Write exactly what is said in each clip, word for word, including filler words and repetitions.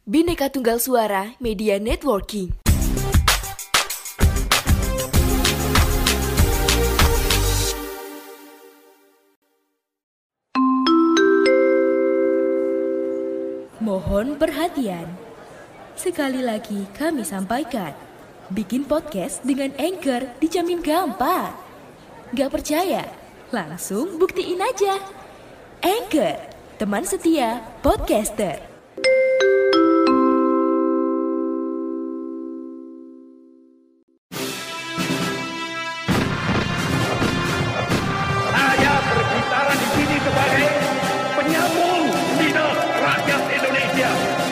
Bhinneka Tunggal Suara Media Networking. Mohon perhatian. Sekali lagi kami sampaikan, bikin podcast dengan Anchor dijamin gampang. Gak percaya? Langsung buktiin aja. Anchor, teman setia podcaster. Saya berbicara di sini sebagai penyambung lidah rakyat Indonesia.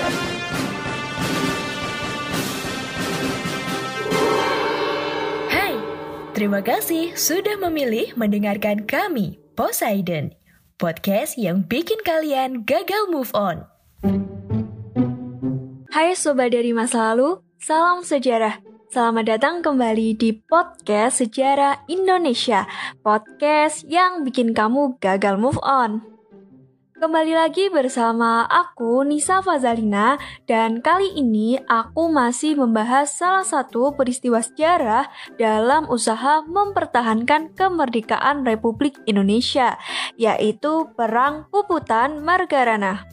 Hai, terima kasih sudah memilih mendengarkan kami, Poseidon, podcast yang bikin kalian gagal move on. Hai Sobat dari masa lalu, salam sejarah. Selamat datang kembali di podcast Sejarah Indonesia, podcast yang bikin kamu gagal move on. Kembali lagi bersama aku, Nisa Fazalina, dan kali ini aku masih membahas salah satu peristiwa sejarah dalam usaha mempertahankan kemerdekaan Republik Indonesia, yaitu Perang Puputan Margarana.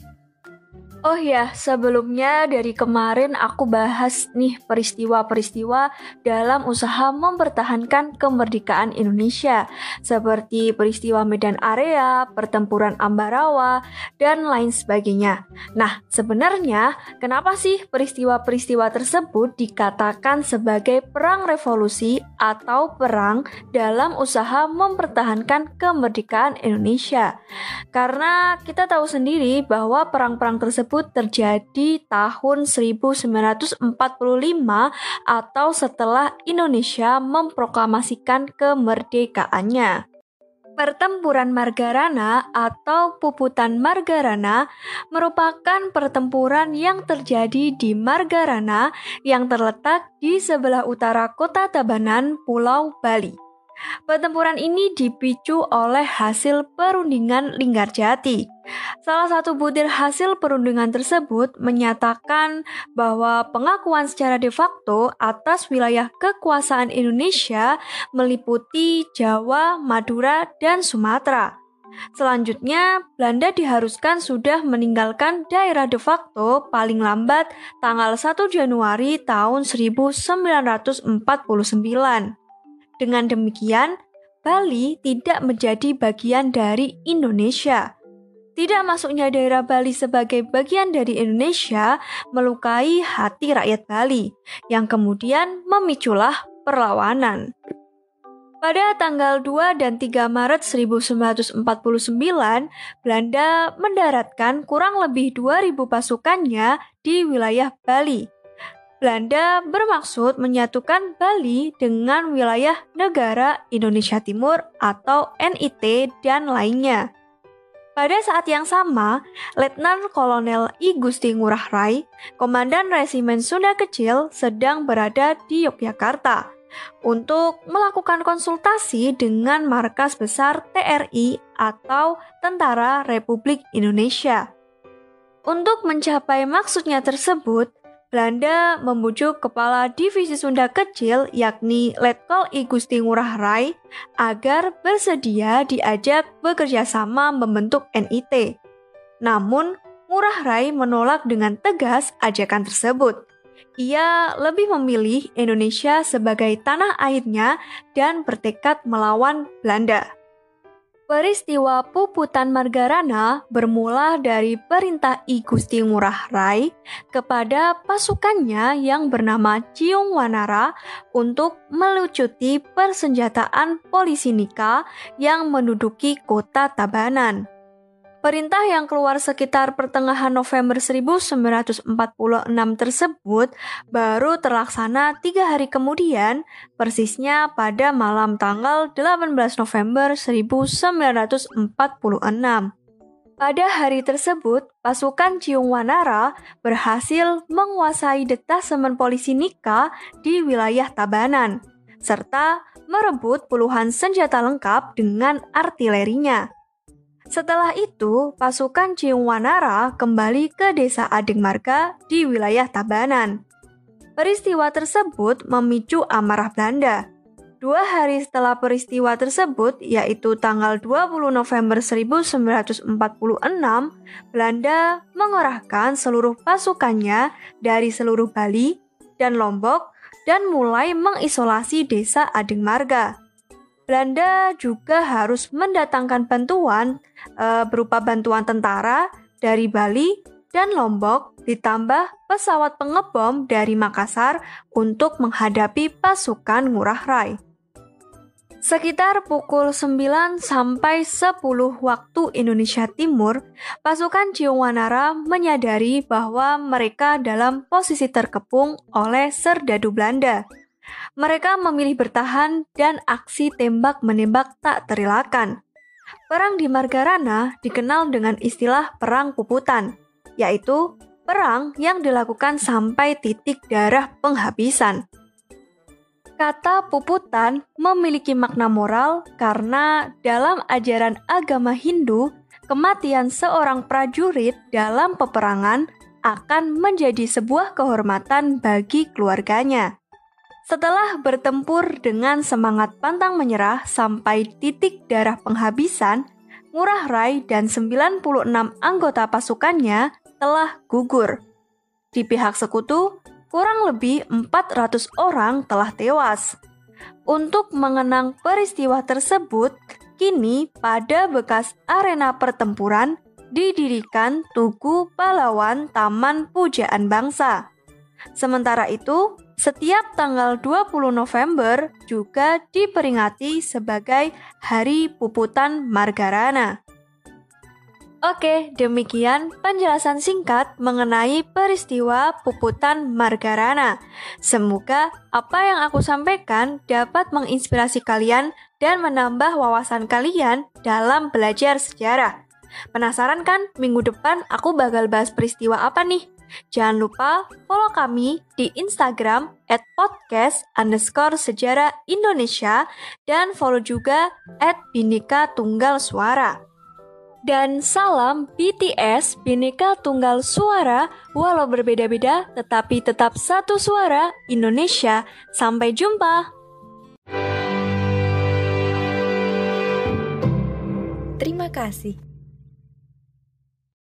Oh ya, sebelumnya dari kemarin aku bahas nih peristiwa-peristiwa dalam usaha mempertahankan kemerdekaan Indonesia, seperti peristiwa Medan Area, pertempuran Ambarawa, dan lain sebagainya. Nah, sebenarnya kenapa sih peristiwa-peristiwa tersebut dikatakan sebagai perang revolusi atau perang dalam usaha mempertahankan kemerdekaan Indonesia? Karena kita tahu sendiri bahwa perang-perang tersebut terjadi tahun seribu sembilan ratus empat puluh lima atau setelah Indonesia memproklamasikan kemerdekaannya. Pertempuran Margarana atau Puputan Margarana merupakan pertempuran yang terjadi di Margarana yang terletak di sebelah utara kota Tabanan, Pulau Bali. Pertempuran ini dipicu oleh hasil perundingan Linggarjati. Salah satu butir hasil perundingan tersebut menyatakan bahwa pengakuan secara de facto atas wilayah kekuasaan Indonesia meliputi Jawa, Madura, dan Sumatera. Selanjutnya, Belanda diharuskan sudah meninggalkan daerah de facto paling lambat tanggal satu Januari tahun seribu sembilan ratus empat puluh sembilan. Dengan demikian, Bali tidak menjadi bagian dari Indonesia. Tidak masuknya daerah Bali sebagai bagian dari Indonesia melukai hati rakyat Bali, yang kemudian memiculah perlawanan. Pada tanggal dua dan tiga Maret seribu sembilan ratus empat puluh sembilan, Belanda mendaratkan kurang lebih dua ribu pasukannya di wilayah Bali. Belanda bermaksud menyatukan Bali dengan wilayah negara Indonesia Timur atau N I T dan lainnya. Pada saat yang sama, Letnan Kolonel I Gusti Ngurah Rai, Komandan Resimen Sunda Kecil, sedang berada di Yogyakarta untuk melakukan konsultasi dengan markas besar T R I atau Tentara Republik Indonesia. Untuk mencapai maksudnya tersebut, Belanda membujuk Kepala Divisi Sunda Kecil yakni Letkol I Gusti Ngurah Rai agar bersedia diajak bekerja sama membentuk N I T. Namun, Ngurah Rai menolak dengan tegas ajakan tersebut. Ia lebih memilih Indonesia sebagai tanah airnya dan bertekad melawan Belanda. Peristiwa Puputan Margarana bermula dari perintah I Gusti Ngurah Rai kepada pasukannya yang bernama Ciung Wanara untuk melucuti persenjataan polisi Nika yang menduduki kota Tabanan. Perintah yang keluar sekitar pertengahan November seribu sembilan ratus empat puluh enam tersebut baru terlaksana tiga hari kemudian, persisnya pada malam tanggal delapan belas November seribu sembilan ratus empat puluh enam. Pada hari tersebut, pasukan Ciung Wanara berhasil menguasai detasemen polisi Nika di wilayah Tabanan, serta merebut puluhan senjata lengkap dengan artilerinya. Setelah itu, pasukan Ciungwanara kembali ke desa Adingmarga di wilayah Tabanan. Peristiwa tersebut memicu amarah Belanda. Dua hari setelah peristiwa tersebut, yaitu tanggal dua puluh November seribu sembilan ratus empat puluh enam, Belanda mengerahkan seluruh pasukannya dari seluruh Bali dan Lombok dan mulai mengisolasi desa Adingmarga. Belanda juga harus mendatangkan bantuan e, berupa bantuan tentara dari Bali dan Lombok ditambah pesawat pengebom dari Makassar untuk menghadapi pasukan Ngurah Rai. Sekitar pukul sembilan sampai sepuluh waktu Indonesia Timur, pasukan Ciungwanara menyadari bahwa mereka dalam posisi terkepung oleh serdadu Belanda. Mereka memilih bertahan dan aksi tembak-menembak tak terelakkan. Perang di Margarana dikenal dengan istilah Perang Puputan, yaitu perang yang dilakukan sampai titik darah penghabisan. Kata puputan memiliki makna moral karena dalam ajaran agama Hindu, kematian seorang prajurit dalam peperangan akan menjadi sebuah kehormatan bagi keluarganya. Setelah bertempur dengan semangat pantang menyerah sampai titik darah penghabisan, Ngurah Rai dan sembilan puluh enam anggota pasukannya telah gugur. Di pihak sekutu, kurang lebih empat ratus orang telah tewas. Untuk mengenang peristiwa tersebut, kini pada bekas arena pertempuran didirikan Tugu Pahlawan Taman Pujaan Bangsa. Sementara itu, setiap tanggal dua puluh November juga diperingati sebagai Hari Puputan Margarana. Oke, demikian penjelasan singkat mengenai peristiwa Puputan Margarana. Semoga apa yang aku sampaikan dapat menginspirasi kalian dan menambah wawasan kalian dalam belajar sejarah. Penasaran kan minggu depan aku bakal bahas peristiwa apa nih? Jangan lupa follow kami di Instagram at podcast underscore sejarah Indonesia dan follow juga at Bhinneka Tunggal Suara. Dan salam B T S Bhinneka Tunggal Suara, walau berbeda-beda tetapi tetap satu suara Indonesia. Sampai jumpa. Terima kasih.